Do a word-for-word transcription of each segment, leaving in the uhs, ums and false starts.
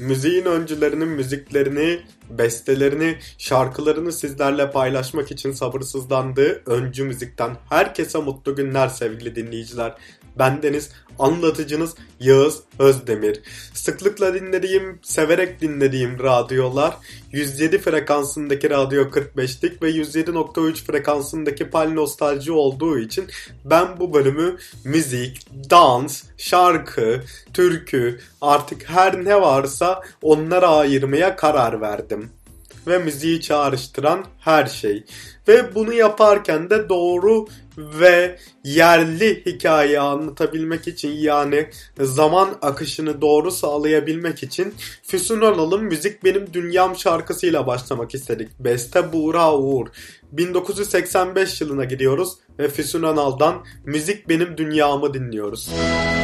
müziğin öncülerinin müziklerini, bestelerini, şarkılarını sizlerle paylaşmak için sabırsızlandığı Öncü Müzik'ten herkese mutlu günler sevgili dinleyiciler. Bendeniz anlatıcınız Yağız Özdemir. Sıklıkla dinlediğim, severek dinlediğim radyolar yüz yedi frekansındaki Radyo kırk beşlik ve yüz yedi nokta üç frekansındaki Pal Nostalji olduğu için ben bu bölümü müzik, dans, şarkı, türkü, artık her ne varsa onlara ayırmaya karar verdim. Ve müziği çağrıştıran her şey. Ve bunu yaparken de doğru ve yerli hikayeyi anlatabilmek için, yani zaman akışını doğru sağlayabilmek için Füsun Önal'ın Müzik Benim Dünyam şarkısıyla başlamak istedik. Beste Buğra Uğur. bin dokuz yüz seksen beş yılına gidiyoruz ve Füsun Önal'dan Müzik Benim Dünyamı dinliyoruz.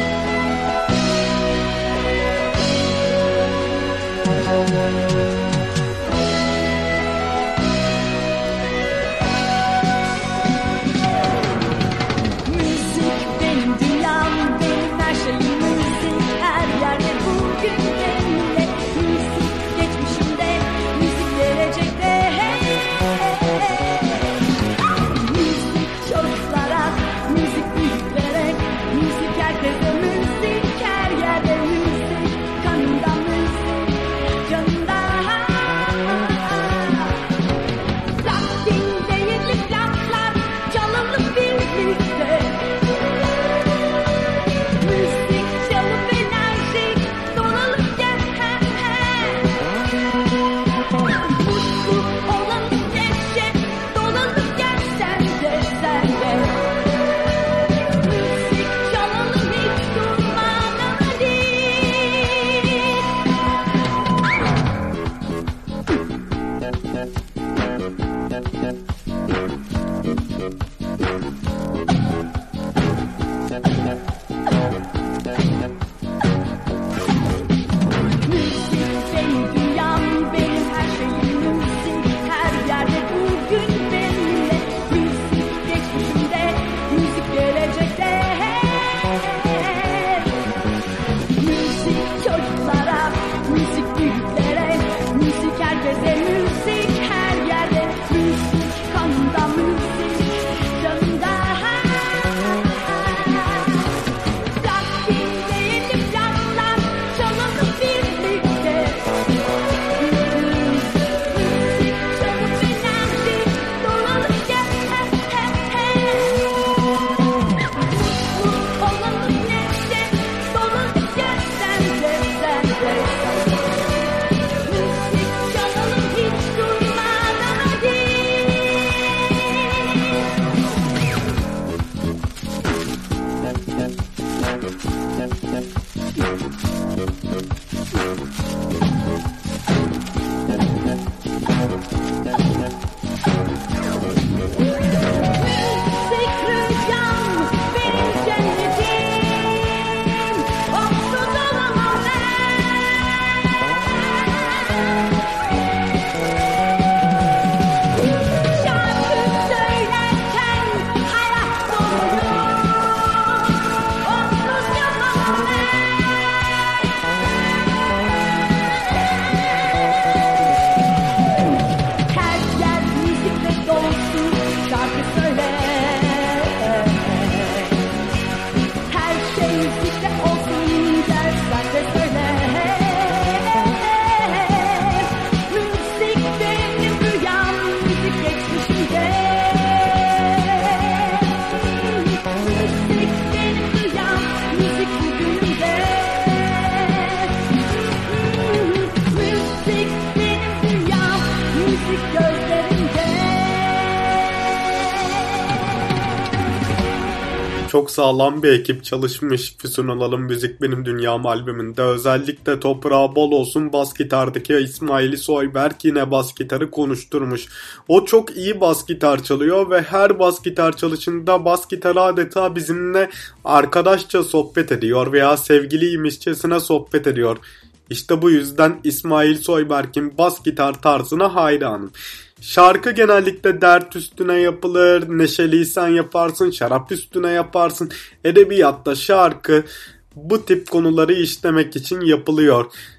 Çok sağlam bir ekip çalışmış Füsun Önal'ın Müzik Benim Dünyam albümünde. Özellikle toprağı bol olsun bas gitardaki İsmail Soyberk yine bas gitarı konuşturmuş. O çok iyi bas gitar çalıyor ve her bas gitar çalışında bas gitar adeta bizimle arkadaşça sohbet ediyor veya sevgiliymişçesine sohbet ediyor. İşte bu yüzden İsmail Soyberk'in bas gitar tarzına hayranım. Şarkı genellikle dert üstüne yapılır, neşeliysen yaparsın, şarap üstüne yaparsın. Edebiyatta şarkı bu tip konuları işlemek için yapılıyor.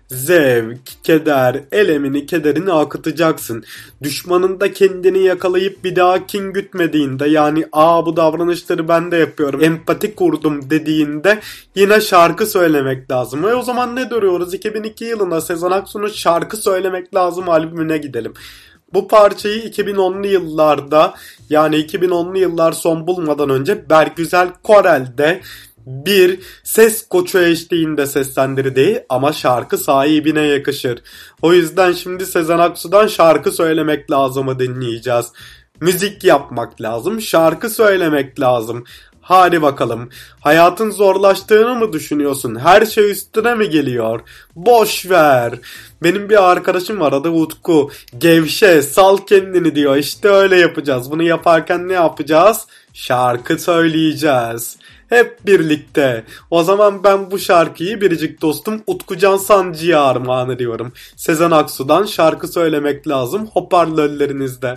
Zevk, keder, elemini, kederini akıtacaksın. Düşmanın da kendini yakalayıp bir daha kin gütmediğinde, yani aa bu davranışları ben de yapıyorum, empati kurdum dediğinde yine şarkı söylemek lazım. Ve o zaman ne duruyoruz? iki bin iki yılında Sezen Aksu'nun Şarkı Söylemek Lazım albümüne gidelim. Bu parçayı iki bin onlu yıllarda, yani iki bin onlu yıllar son bulmadan önce Bergüzar Korel'de bir ses koçu eşliğinde seslendirdiği ama şarkı sahibine yakışır. O yüzden şimdi Sezen Aksu'dan Şarkı Söylemek Lazım'ı dinleyeceğiz. Müzik yapmak lazım, şarkı söylemek lazım. Hadi bakalım. Hayatın zorlaştığını mı düşünüyorsun? Her şey üstüne mi geliyor? Boş ver. Benim bir arkadaşım var, adı Utku. Gevşe, sal kendini diyor. İşte öyle yapacağız. Bunu yaparken ne yapacağız? Şarkı söyleyeceğiz. Hep birlikte. O zaman ben bu şarkıyı biricik dostum Utkucan Sancı'ya armağan ediyorum. Sezen Aksu'dan Şarkı Söylemek Lazım hoparlörlerinizde.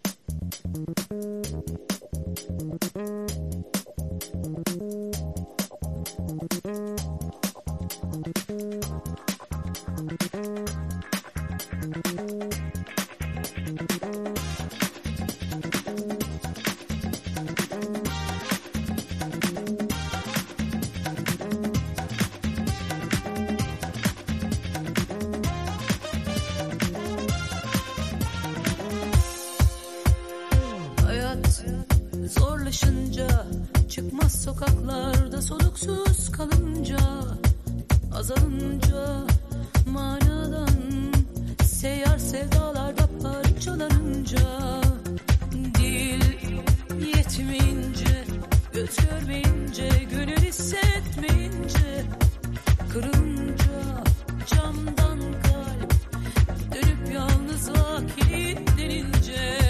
Zorlaşınca, çıkmaz sokaklarda soluksuz kalınca, azalınca manadan, seyyar sevdalarda parçalanınca, dil yetmeyince, göz görmeyince, gönül hissetmeyince, kırılınca camdan kalp, dönüp yalnızlığa kilitlenince,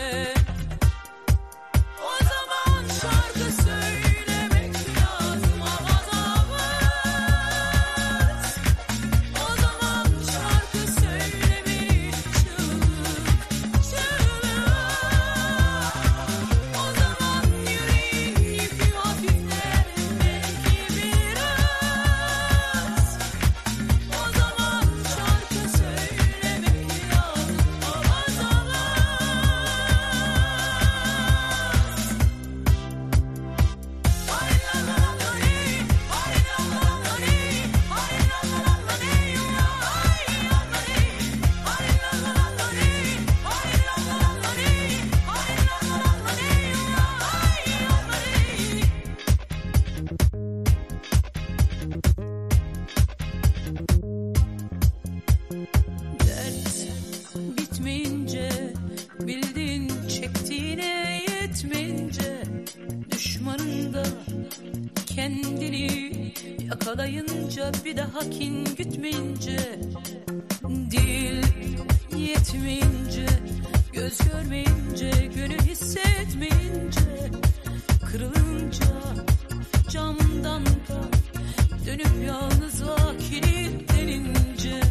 kendini yakalayınca, bir daha kin gütmeyince, dil yetmeyince, göz görmeyince, gönül hissetmeyince, kırılınca camdan kalp, dönüp yalnızlığa kilitlenince,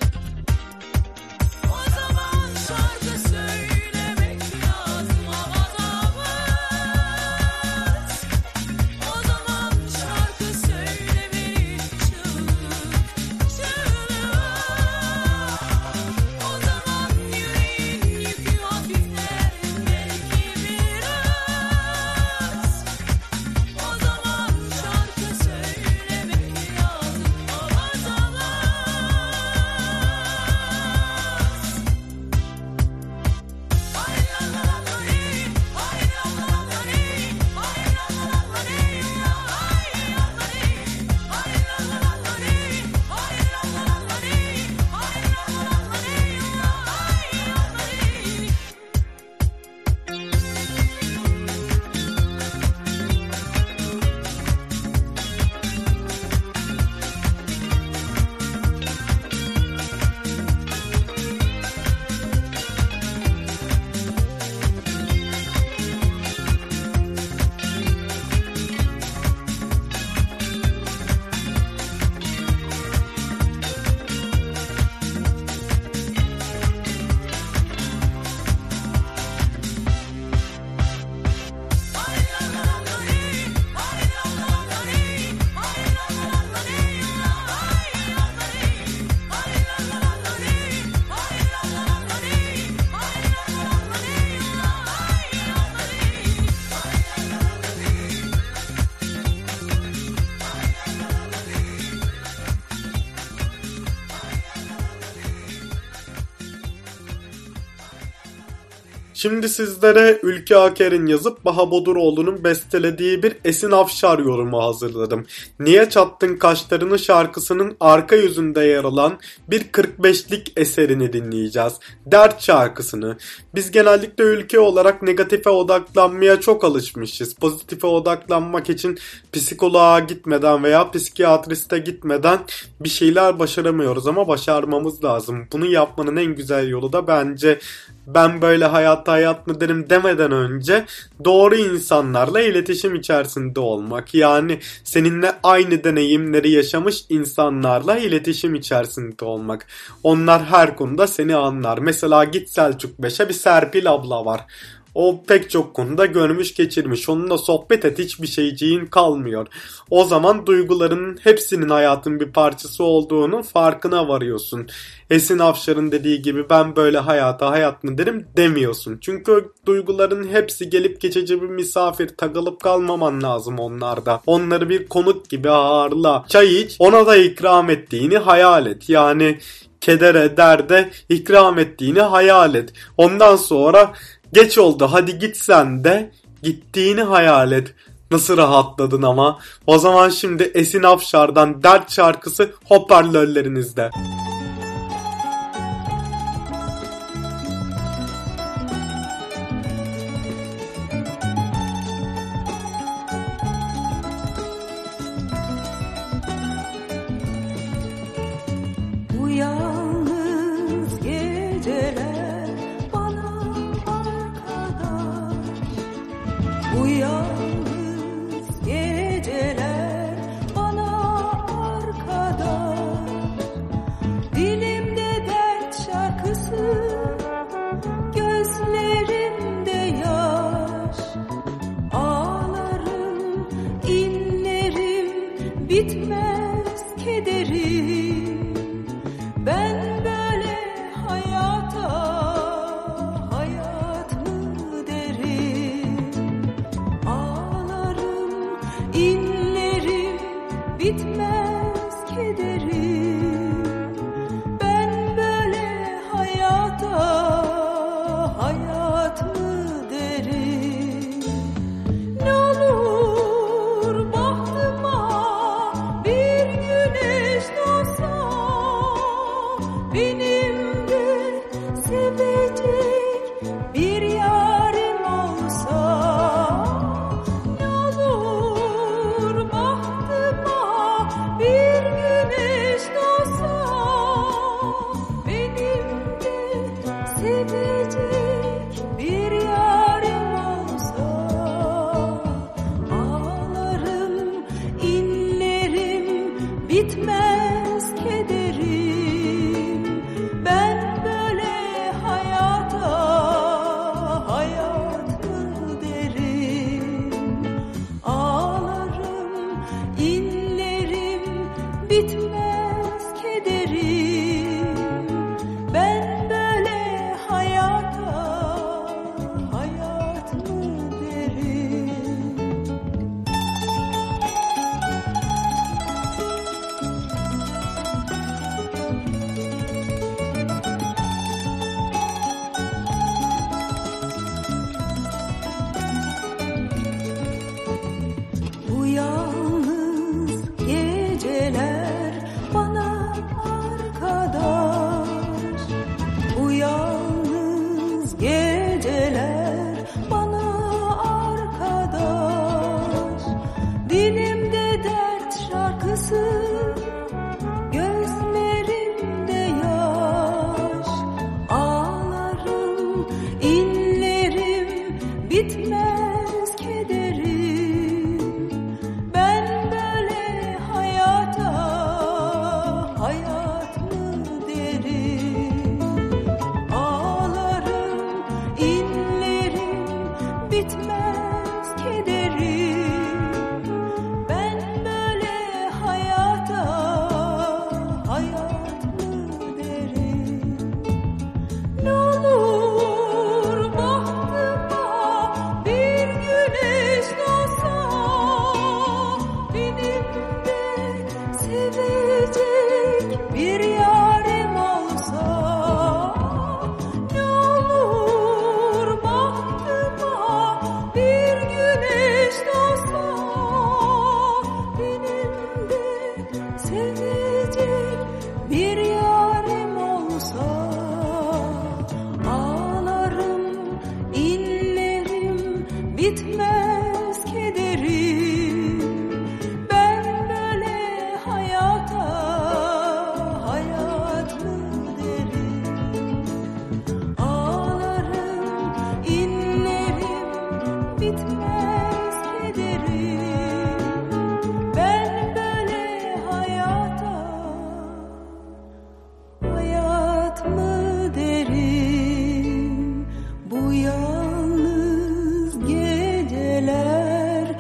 o zaman şarkı söylemek lazım avazamız. O zaman şarkı söylemeli çığlık çığlık. O zaman yüreğin yükü hafifler belki biraz. Şimdi sizlere Ülke Aker'in yazıp Baha Boduroğlu'nun bestelediği bir Esin Afşar yorumu hazırladım. Niye Çattın Kaşlarını şarkısının arka yüzünde yer alan bir kırk beşlik eserini dinleyeceğiz. Dert şarkısını. Biz genellikle ülke olarak negatife odaklanmaya çok alışmışız. Pozitife odaklanmak için psikoloğa gitmeden veya psikiyatriste gitmeden bir şeyler başaramıyoruz ama başarmamız lazım. Bunu yapmanın en güzel yolu da bence ben böyle hayatta hayat mı derim demeden önce doğru insanlarla iletişim içerisinde olmak. Yani seninle aynı deneyimleri yaşamış insanlarla iletişim içerisinde olmak. Onlar her konuda seni anlar. Mesela git Selçuk Beş'e, bir Serpil abla var. O pek çok konuda görmüş geçirmiş. Onunla sohbet et, hiçbir şeyciğin kalmıyor. O zaman duyguların hepsinin hayatın bir parçası olduğunun farkına varıyorsun. Esin Afşar'ın dediği gibi ben böyle hayata hayat mı derim demiyorsun. Çünkü duyguların hepsi gelip geçici bir misafir. Takılıp kalmaman lazım onlarda. Onları bir konuk gibi ağırla. Çay iç, ona da ikram ettiğini hayal et. Yani kedere, derde ikram ettiğini hayal et. Ondan sonra geç oldu hadi git sen de, gittiğini hayal et. Nasıl rahatladın ama. O zaman şimdi Esin Afşar'dan Dert şarkısı hoparlörlerinizde. Bu yalnız geceler bana arkadaş. Bu yalnız geceler bana arkadaş. Dilimde dert şarkısı, gözlerimde yaş. Ağlarım, inlerim, bitmez kederim. Ben böyle hayata hayat mı derim? Ağlarım, inlerim, bitmez kederim. Ben böyle hayata hayat mı derim? Ne olur bahtıma bir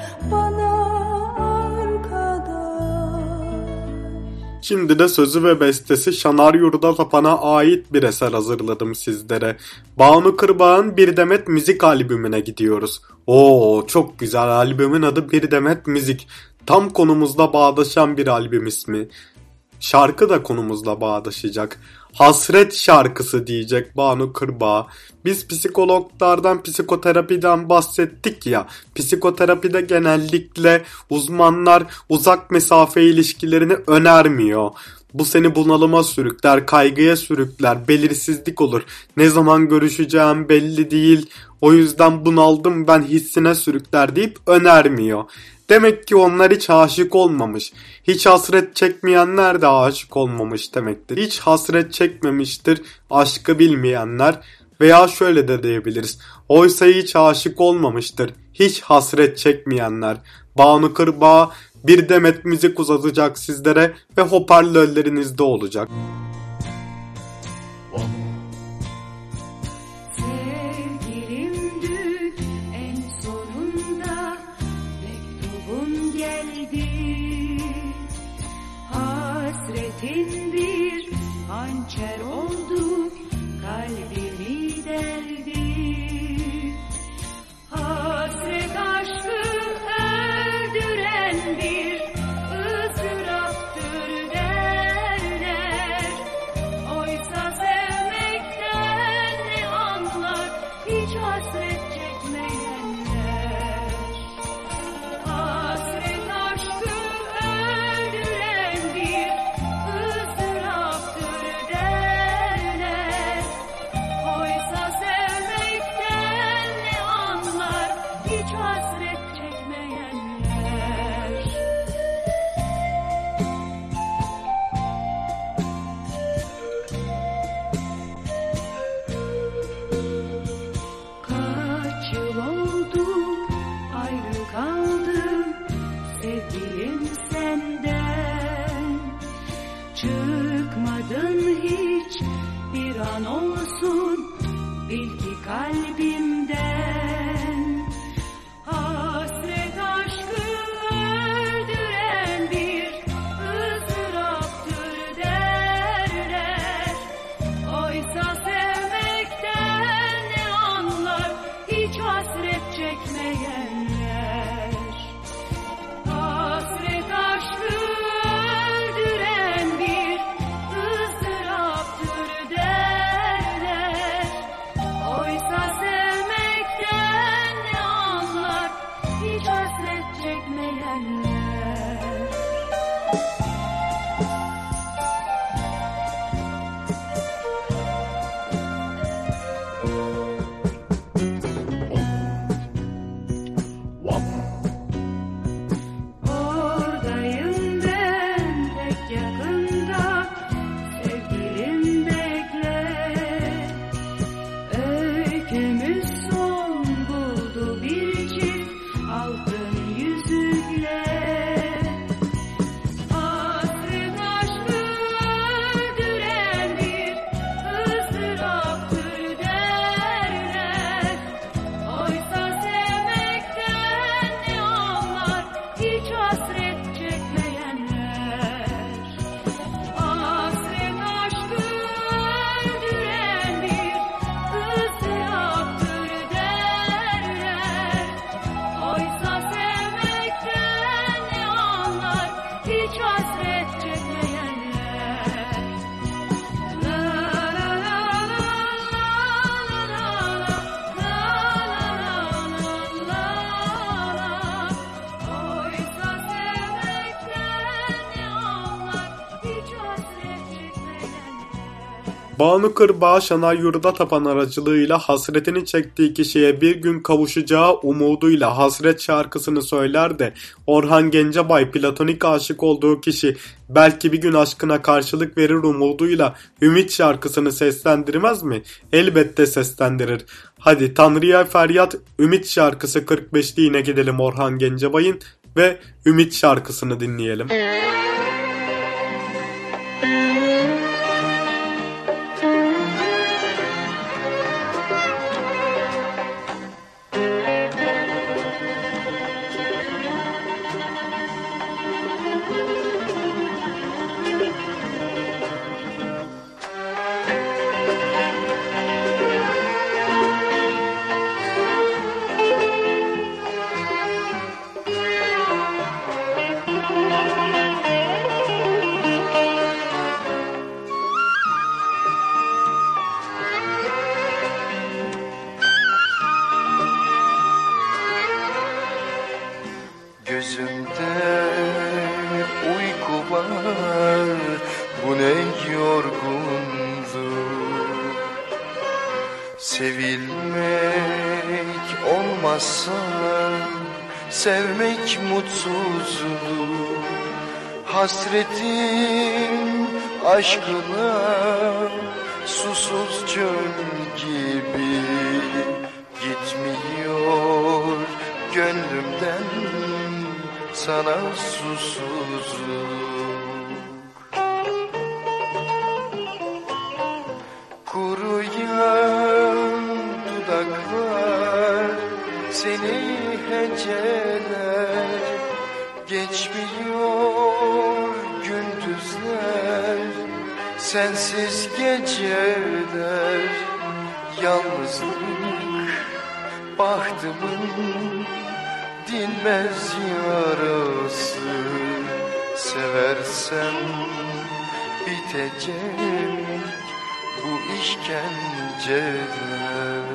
bana arkadaş. Şimdi de sözü ve bestesi Şanar Yurda Tapan'a ait bir eser hazırladım sizlere. Banu Kırbağ'ın Bir Demet Müzik albümüne gidiyoruz. Oo, çok güzel, albümün adı Bir Demet Müzik. Tam konumuzla bağdaşan bir albüm ismi. Şarkı da konumuzla bağdaşacak. Hasret şarkısı diyecek Banu Kırbağ. Biz psikologlardan, psikoterapiden bahsettik ya. Psikoterapide genellikle uzmanlar uzak mesafe ilişkilerini önermiyor. Bu seni bunalıma sürükler, kaygıya sürükler, belirsizlik olur. Ne zaman görüşeceğim belli değil. O yüzden bunaldım ben hissine sürükler deyip önermiyor. Demek ki onlar hiç aşık olmamış. Hiç hasret çekmeyenler de aşık olmamış demektir. Hiç hasret çekmemiştir aşkı bilmeyenler. Veya şöyle de diyebiliriz. Oysa hiç aşık olmamıştır. Hiç hasret çekmeyenler. Banu Kırbağ Bir Demet Müzik uzatacak sizlere ve hoparlörlerinizde olacak. Bir hançer oldu, kalbimi deldi. Hasret aşkı öldüren bir ızdıraptır derler. Oysa sevmekten ne anlar hiç hasret çekmeyenler. Hasret aşkı öldüren bir ızdıraptır derler. Oysa sevmekten ne anlar hiç hasret çekmeyenler. Kaç yıl oldu ayrı kaldım sevgilim senden. Çıkmadın hiç bir an olsun bil ki kalbimden. Hasret aşkı öldüren bir ızdıraptır derler. Oysa sevmekten ne anlar hiç hasret çekmeyenler. Hasret aşkı öldüren bir ızdıraptır derler. Oysa sevmekten ne anlar hiç hasret çekmeyenler. Oradayım ben pek yakında, sevgilim bekle. Öykümüz son buldu bir çift altın yüzükle. Hasret aşkı öldüren bir ızdıraptır derler. Oysa sevmekten ne anlar hiç hasret çekmeyenler. Hasret aşkı öldüren bir ızdıraptır derler. Oysa sevmekten ne anlar hiç hasret çekmeyenler. La la la la la la la la la. Oysa sevmekten ne anlar hiç hasret çekmeyenler. Banu Kırbağ, Şanar Yurda Tapan aracılığıyla hasretini çektiği kişiye bir gün kavuşacağı umuduyla hasret şarkısını söyler de Orhan Gencebay platonik aşık olduğu kişi belki bir gün aşkına karşılık verir umuduyla Ümit şarkısını seslendirmez mi? Elbette seslendirir. Hadi Tanrı'ya feryat Ümit şarkısı kırk beşliğine gidelim Orhan Gencebay'ın ve Ümit şarkısını dinleyelim. Gözümde uyku var, bu ne yorgunluk. Sevilmek olmazsa sevmek mutsuzluk. Hasretim aşkına susuz çöl gibi gitmiyor gönlümden sana susuzluk. Kuruyan dudaklar seni heceler, geçmiyor gündüzler, sensiz geceler. Yalnızlık bahtımın dinmez yarası. Seversem bitecek bu işkenceler.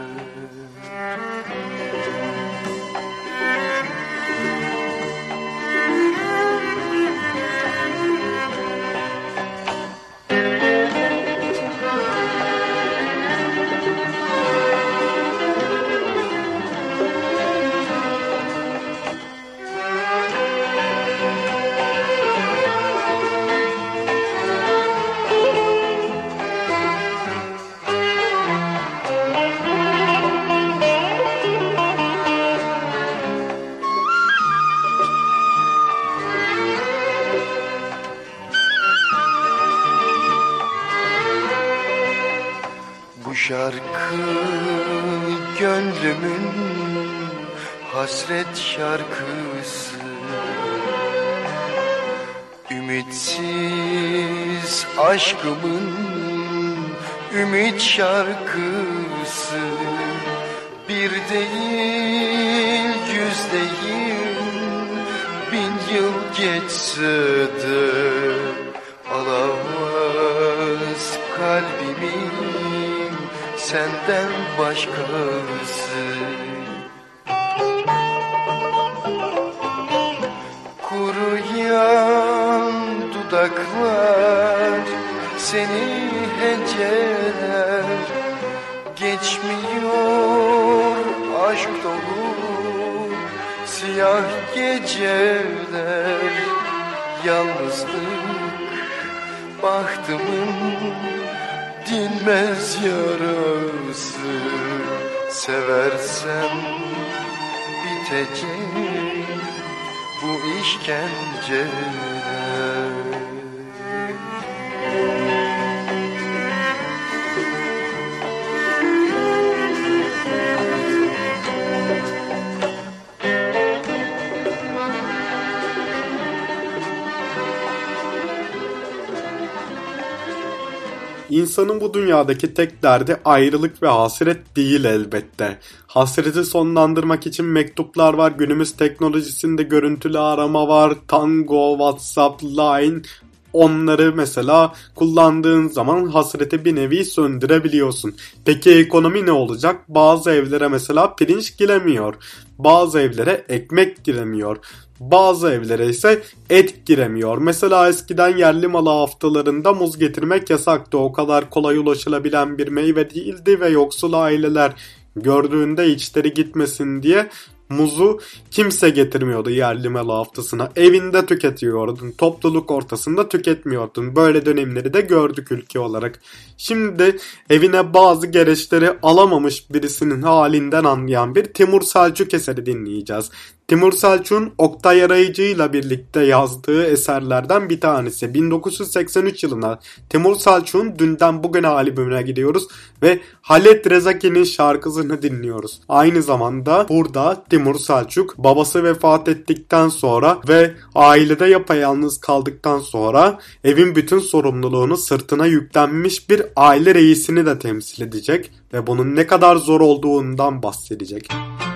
Şarkı gönlümün hasret şarkısı. Ümitsiz aşkımın ümit şarkısı. Bir değil yüz değil bin yıl geçse de alamaz kalbimi senden başkası. Kuruyan dudaklar seni heceler, geçmiyor aşk dolu siyah geceler. Yalnızlık bahtımın dinmez yarası. Seversem bitecek bu işkenceler. İnsanın bu dünyadaki tek derdi ayrılık ve hasret değil elbette. Hasreti sonlandırmak için mektuplar var, günümüz teknolojisinde görüntülü arama var, Tango, WhatsApp, Line. Onları mesela kullandığın zaman hasreti bir nevi söndürebiliyorsun. Peki ekonomi ne olacak? Bazı evlere mesela pirinç giremiyor. Bazı evlere ekmek giremiyor. Bazı evlere ise et giremiyor. Mesela eskiden yerli malı haftalarında muz getirmek yasaktı. O kadar kolay ulaşılabilen bir meyve değildi ve yoksul aileler gördüğünde içleri gitmesin diye muzu kimse getirmiyordu yerli malı haftasına. Evinde tüketiyordun. Topluluk ortasında tüketmiyordun. Böyle dönemleri de gördük ülke olarak. Şimdi evine bazı gereçleri alamamış birisinin halinden anlayan bir Timur Selçuk eseri dinleyeceğiz. Timur Selçuk'un Oktay Arayıcı ile birlikte yazdığı eserlerden bir tanesi. bin dokuz yüz seksen üç yılına Timur Selçuk'un Dünden Bugüne albümüne gidiyoruz ve Halet Rezaki'nin şarkısını dinliyoruz. Aynı zamanda burada Timur Selçuk babası vefat ettikten sonra ve ailede yapayalnız kaldıktan sonra evin bütün sorumluluğunu sırtına yüklenmiş bir aile reisini de temsil edecek ve bunun ne kadar zor olduğundan bahsedecek.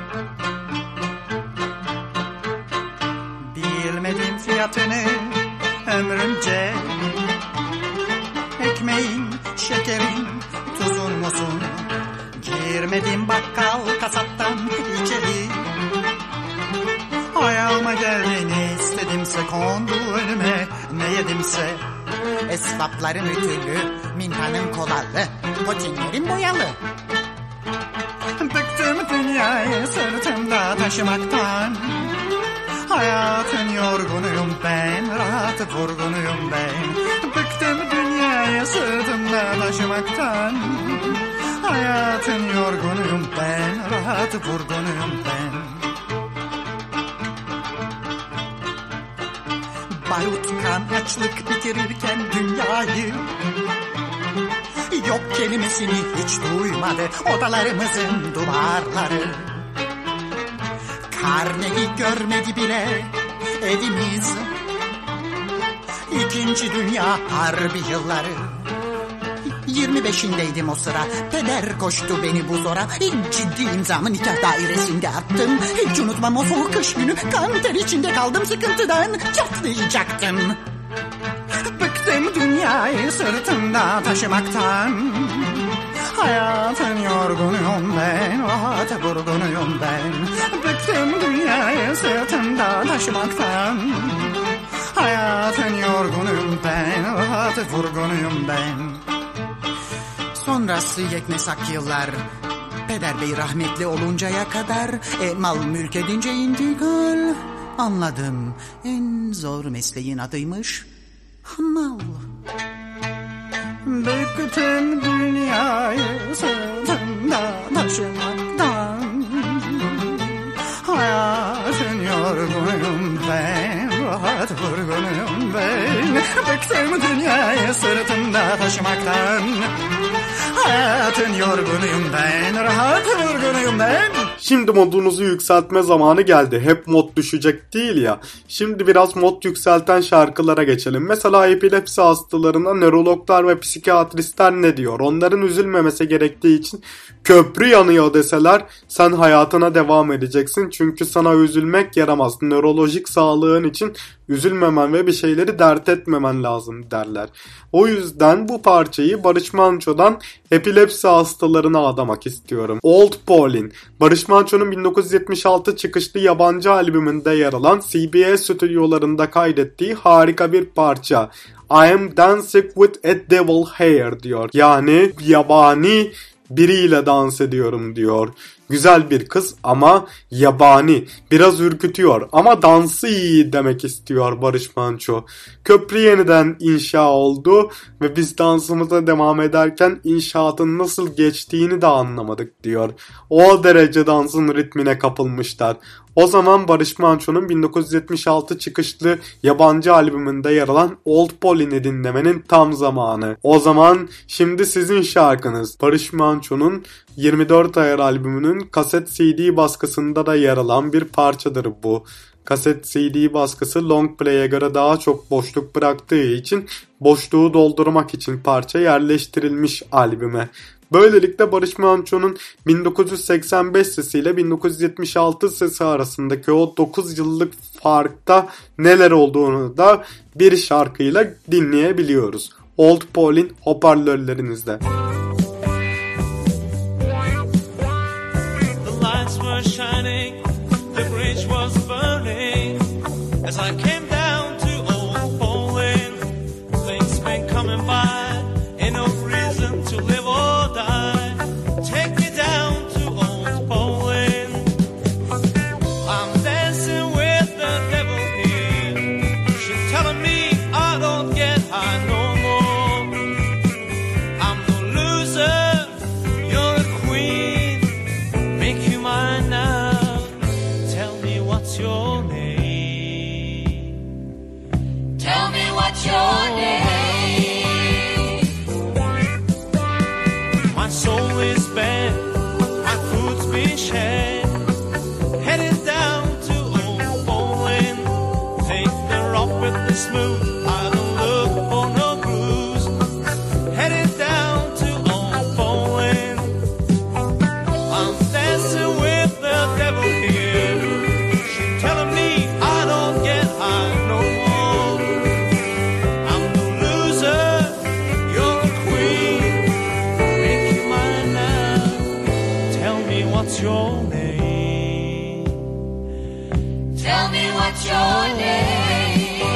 Bilmedim fiyatını ömrümce, ekmeğin, şekerin, tuzun musun? Girmedim bakkal kasaptan içeri, ayağıma geldin kondu önüme ne yedimse. Esvapların ütülü, mintanın kolalı, potinlerin boyalı. Bıktım dünyayı sırtımda taşımaktan. Hayatın yorgunuyum ben, rahatı vurgunuyum ben. Bıktım dünyayı sırtımda taşımaktan. Hayatın yorgunuyum ben, rahatı vurgunuyum ben. Barut kan açlık bitirirken dünyayı. Yok kelimesini hiç duymadı odalarımızın duvarları. Karneyi görmedi bile evimiz. İkinci Dünya Harbi yılları. Yirmi beşindeydim o sıra. Peder koştu beni bu zora. İlk ciddi imzamı nikah dairesinde attım. Hiç unutmam o soğuk kış günü. Kan ter içinde kaldım sıkıntıdan. Çatlayacaktım. Bıktım dünyayı sırtımda taşımaktan. Hayatın yorgunuyum ben, rahat vurgunuyum ben. Bıktım dünyayı sırtımda taşımaktan. Hayatın yorgunuyum ben, rahat vurgunuyum ben. Sonrası yeknesak yıllar. Peder bey rahmetli oluncaya kadar e, mal mülk edince intikal. Anladım, en zor mesleğin adıymış hamal. Bıktım dünyayı sırtımda taşımaktan. Hayatın yorgunuyum ben, rahat vurgunuyum ben. Bıktım dünyayı sırtımda taşımaktan. Hayatın yorgunuyum ben, rahat vurgunuyum ben. Şimdi modunuzu yükseltme zamanı geldi. Hep mod düşecek değil ya. Şimdi biraz mod yükselten şarkılara geçelim. Mesela epilepsi hastalarına nörologlar ve psikiyatristler ne diyor? Onların üzülmemesi gerektiği için köprü yanıyor deseler sen hayatına devam edeceksin. Çünkü sana üzülmek yaramaz. Nörolojik sağlığın için üzülmemen ve bir şeyleri dert etmemen lazım derler. O yüzden bu parçayı Barış Manço'dan epilepsi hastalarına adamak istiyorum. Old Paulin, Barış Manço'nun bin dokuz yüz yetmiş altı çıkışlı yabancı albümünde yer alan C B S stüdyolarında kaydettiği harika bir parça. I am dancing with a devil hair diyor. Yani yabani biriyle dans ediyorum diyor. Güzel bir kız ama yabani. Biraz ürkütüyor ama dansı iyi demek istiyor Barış Manço. Köprü yeniden inşa oldu ve biz dansımıza devam ederken inşaatın nasıl geçtiğini de anlamadık diyor. O derece dansın ritmine kapılmışlar. O zaman Barış Manço'nun bin dokuz yüz yetmiş altı çıkışlı yabancı albümünde yer alan Old Pauline'i dinlemenin tam zamanı. O zaman şimdi sizin şarkınız. Barış Manço'nun yirmi dört ayar albümünün kaset C D baskısında da yer alan bir parçadır bu. Kaset C D baskısı long play'e göre daha çok boşluk bıraktığı için boşluğu doldurmak için parça yerleştirilmiş albüme. Böylelikle Barış Manço'nun bin dokuz yüz seksen beş sesiyle bin dokuz yüz yetmiş altı sesi arasındaki o dokuz yıllık farkta neler olduğunu da bir şarkıyla dinleyebiliyoruz. Old Pauline hoparlörlerinizde. Tell me what's your name.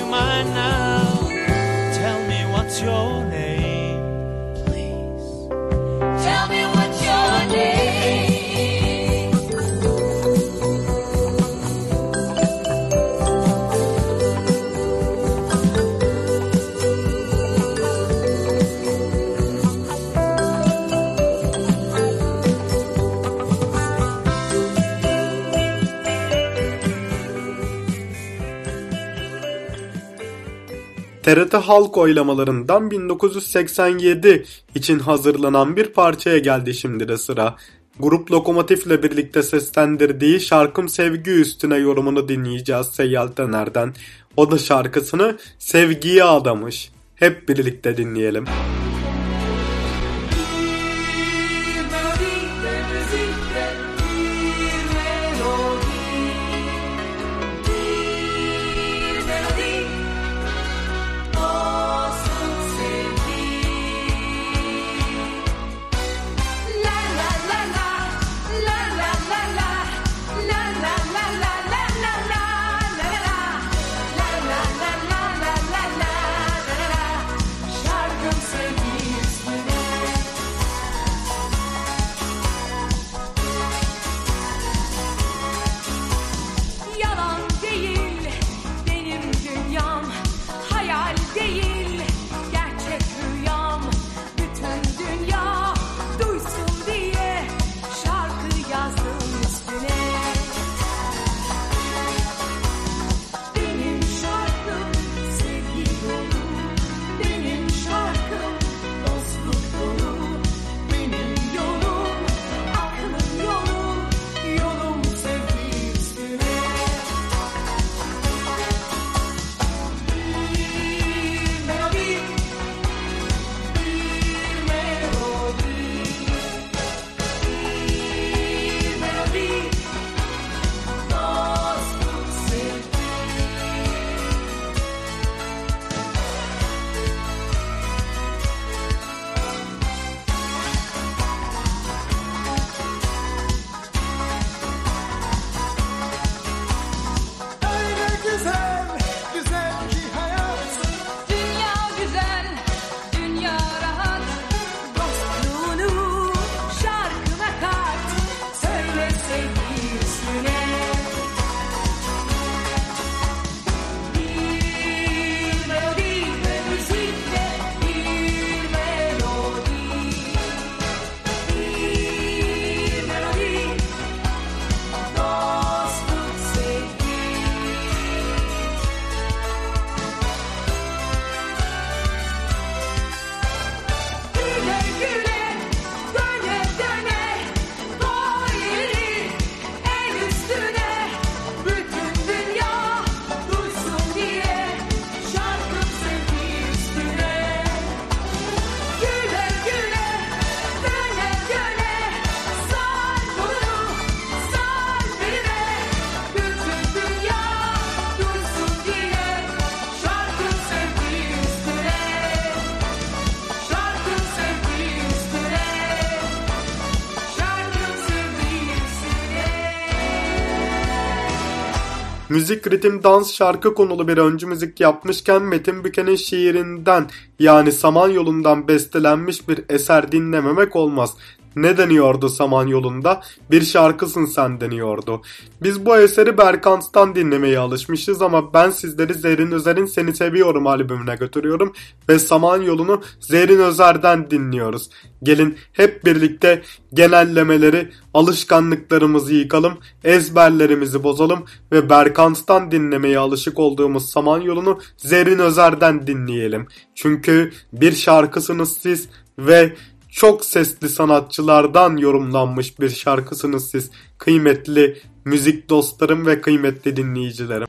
mine now. Tell me what's your name, please. Tell me what's your name. T R T halk oylamalarından bin dokuz yüz seksen yedi için hazırlanan bir parçaya geldi şimdi de sıra. Grup Lokomotif'le birlikte seslendirdiği Şarkım Sevgi Üstüne yorumunu dinleyeceğiz Seyyal Taner'den. O da şarkısını sevgiye adamış. Hep birlikte dinleyelim. Müzik, ritim, dans, şarkı konulu bir öncü müzik yapmışken Metin Büken'in şiirinden yani Samanyolu'ndan bestelenmiş bir eser dinlememek olmaz. Ne deniyordu Samanyolu'nda? Bir şarkısın sen deniyordu. Biz bu eseri Berkants'tan dinlemeye alışmışız ama ben sizleri Zerrin Özer'in Seni Seviyorum albümüne götürüyorum ve Samanyolu'nu Zerrin Özer'den dinliyoruz. Gelin hep birlikte genellemeleri, alışkanlıklarımızı yıkalım, ezberlerimizi bozalım ve Berkants'tan dinlemeye alışık olduğumuz Samanyolu'nu Zerrin Özer'den dinleyelim. Çünkü bir şarkısınız siz ve çok sesli sanatçılardan yorumlanmış bir şarkısınız siz, kıymetli müzik dostlarım ve kıymetli dinleyicilerim.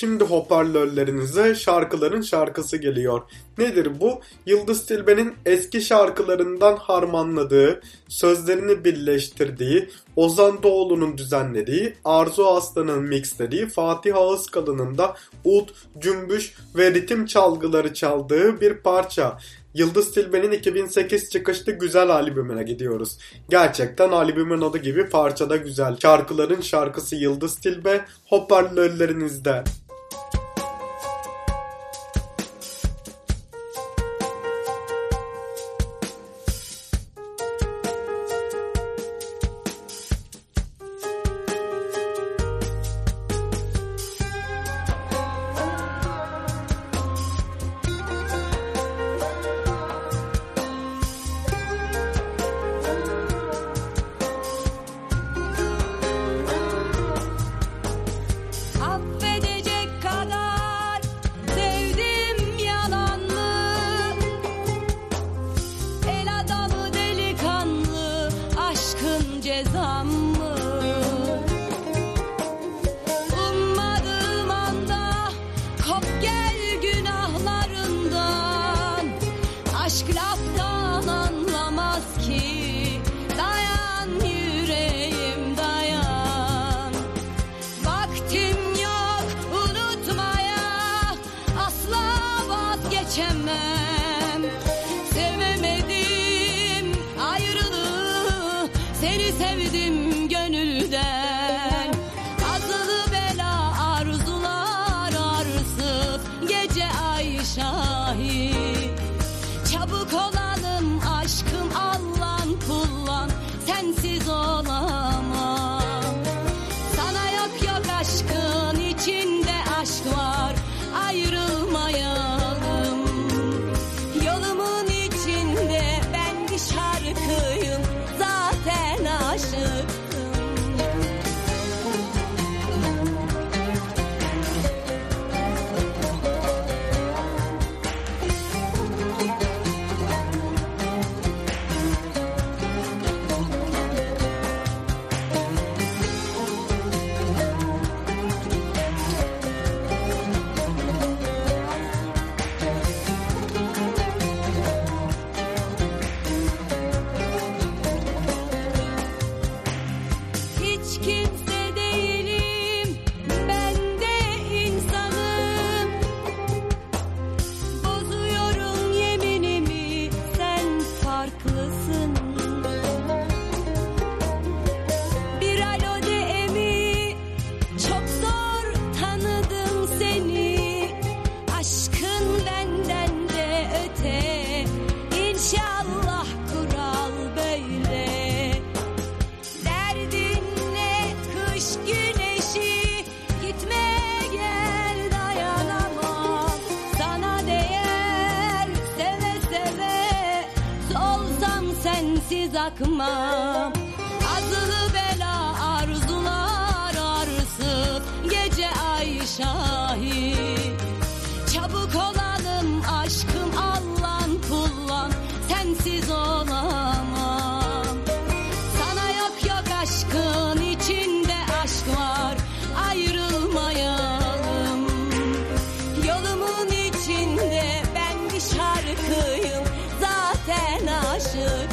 Şimdi hoparlörlerinize şarkıların şarkısı geliyor. Nedir bu? Yıldız Tilbe'nin eski şarkılarından harmanladığı, sözlerini birleştirdiği, Ozan Doğulu'nun düzenlediği, Arzu Aslan'ın mixlediği, Fatih Ağızkalın'ın da ud, cümbüş ve ritim çalgıları çaldığı bir parça. Yıldız Tilbe'nin iki bin sekiz çıkışlı Güzel albümüne gidiyoruz. Gerçekten albümün adı gibi parça da güzel. Şarkıların şarkısı Yıldız Tilbe, hoparlörlerinizde. Akmam azılı bela arzular arsız gece ay şahit. Çabuk olalım aşkım Allah'ın kullan sensiz olamam. Sana yok yok aşkın içinde aşk var ayrılmayalım. Yolumun içinde ben bir şarkıyım zaten aşık.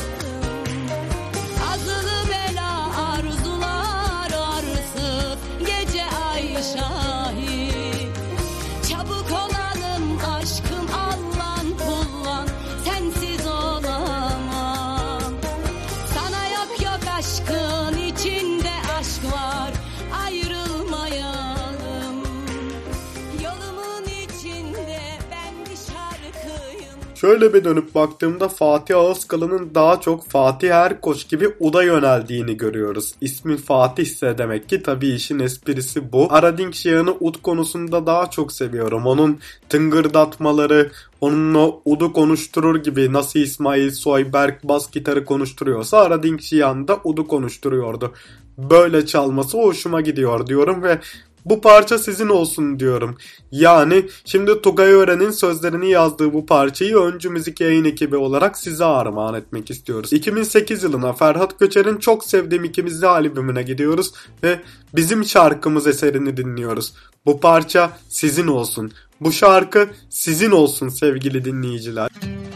Azılı bela arzular arsız gece ay şahit. Çabuk olalım aşkım Allah'ın kullan sensiz olamam. Sana yok yok aşkın içinde aşk var ayrılmayalım. Yolumun içinde ben bir şarkıyım. Şöyle bir dönüp baktığımda Fatih Ağızkalın'ın daha çok Fatih Erkoç gibi uda yöneldiğini görüyoruz. İsmi Fatih ise demek ki tabii işin esprisi bu. Aradink Şah'ını ud konusunda daha çok seviyorum. Onun tıngırdatmaları, onun o udu konuşturur gibi nasıl İsmail Soyberk bas gitarı konuşturuyorsa Aradink Şah'ın da udu konuşturuyordu. Böyle çalması hoşuma gidiyor diyorum ve Bu parça sizin olsun diyorum. Yani şimdi Tugay Ören'in sözlerini yazdığı bu parçayı Öncü Müzik yayın ekibi olarak size armağan etmek istiyoruz. iki bin sekiz yılına Ferhat Göçer'in Çok Sevdiğim İkimizli albümüne gidiyoruz ve bizim şarkımız eserini dinliyoruz. Bu parça sizin olsun. Bu şarkı sizin olsun sevgili dinleyiciler.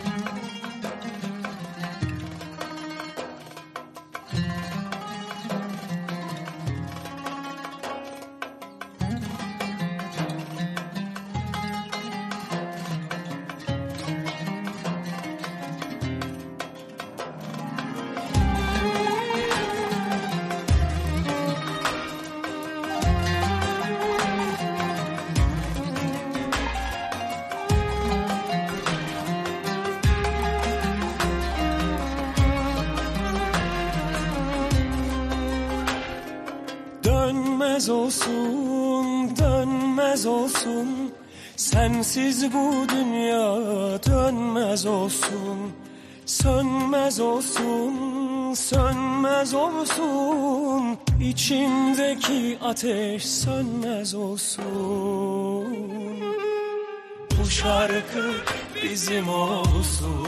Dönmez olsun, dönmez olsun, sensiz bu dünya dönmez olsun. Sönmez olsun, sönmez olsun, içimdeki ateş sönmez olsun. Bu şarkı bizim olsun,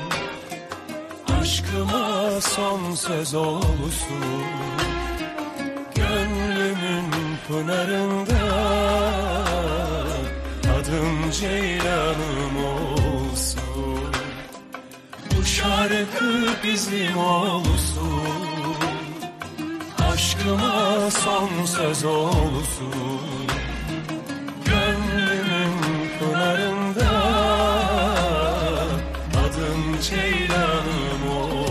aşkıma son söz olsun. Gönlümün pınarında adım Ceylanım olsun. Bu şarkı bizim olsun, aşkıma son söz olsun. Gönlümün pınarında adım Ceylanım olsun.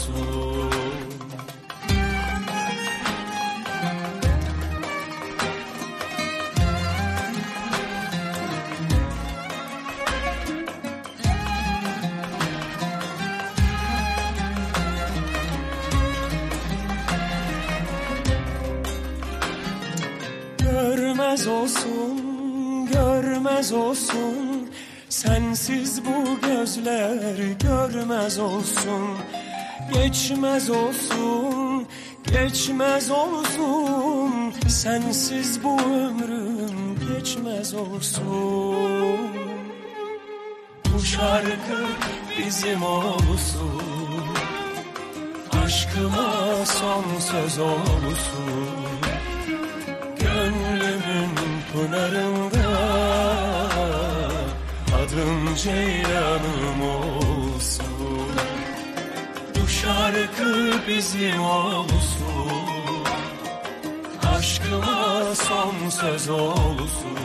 Görmez olsun, görmez olsun, sensiz bu gözler görmez olsun. Geçmez olsun, geçmez olsun, sensiz bu ömrüm geçmez olsun. Bu şarkı bizim olsun, aşkıma son söz olsun. Gönlümün pınarında adım Ceylanım olsun. Bu şarkı bizim olsun, aşkıma son söz olsun.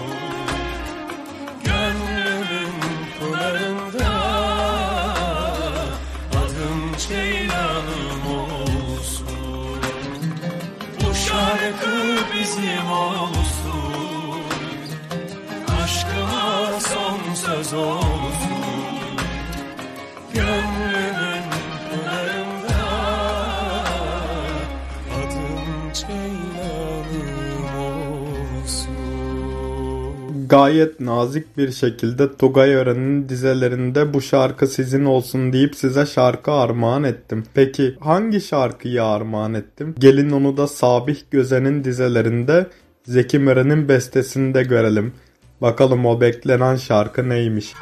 Gönlümün pınarında adım Ceylanım olsun. Bu şarkı bizim olsun, aşkıma son söz olsun. Gönlümün pınarında adım Ceylanım olsun. Gayet nazik bir şekilde Tugay Ören'in dizelerinde bu şarkı sizin olsun deyip size şarkı armağan ettim. Peki hangi şarkıyı armağan ettim? Gelin onu da Sabih Gözen'in dizelerinde Zeki Müren'in bestesinde görelim. Bakalım o beklenen şarkı neymiş?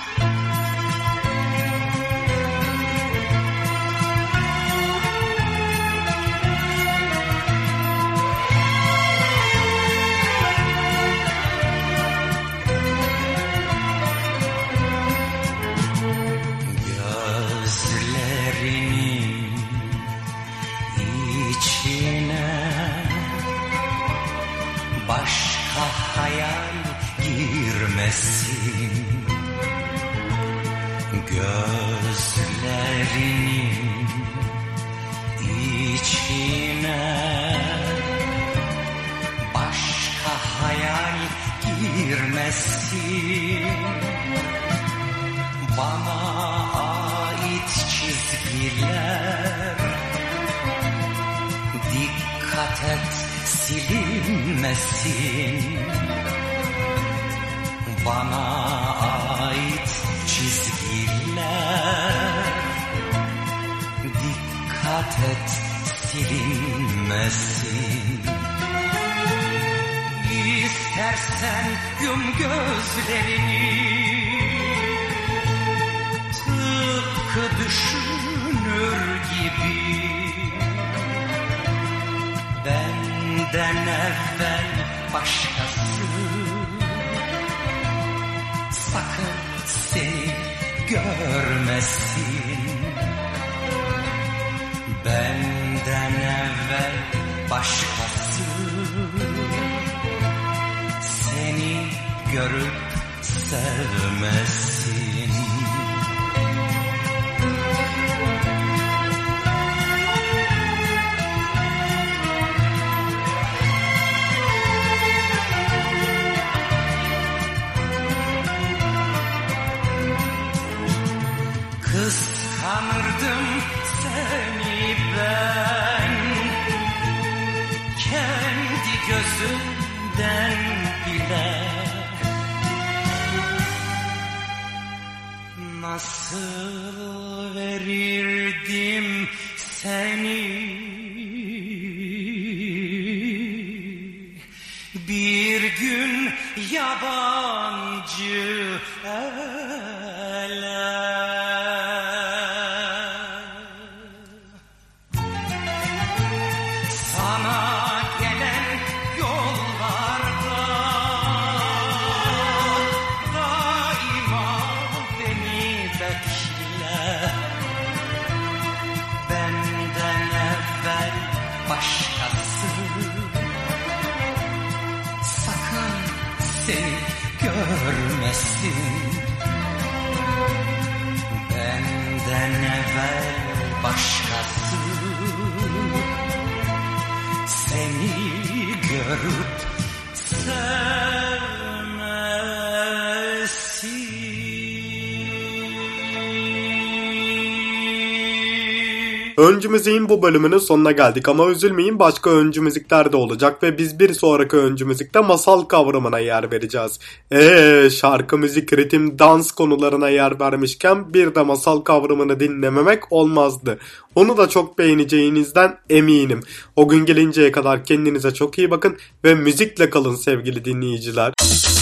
Başka hayal girmesin, gözlerinin içine başka hayal girmesin. Bana ait çizgiler dikkat et silinmesin. Bana ait çizgiler dikkat et silinmesin. İstersen yum gözlerini, tıpkı düşünür gibi. Benden evvel başkası sakın seni görmesin. Benden evvel başkası seni görüp sevmesin. Kıskanırdım seni ben, kendi gözümden bile. Nasıl verirdim seni bir gün yabancı ele. Sana gelen yollarda daima beni bekle. Benden evvel başkası sakın seni görmesin. Benden evvel başkası seni görüp sevmesin. Öncü müziğin bu bölümünün sonuna geldik ama üzülmeyin, başka öncü müzikler de olacak ve biz bir sonraki öncü müzikte masal kavramına yer vereceğiz. Eee şarkı, müzik, ritim, dans konularına yer vermişken bir de masal kavramını dinlememek olmazdı. Onu da çok beğeneceğinizden eminim. O gün gelinceye kadar kendinize çok iyi bakın ve müzikle kalın sevgili dinleyiciler.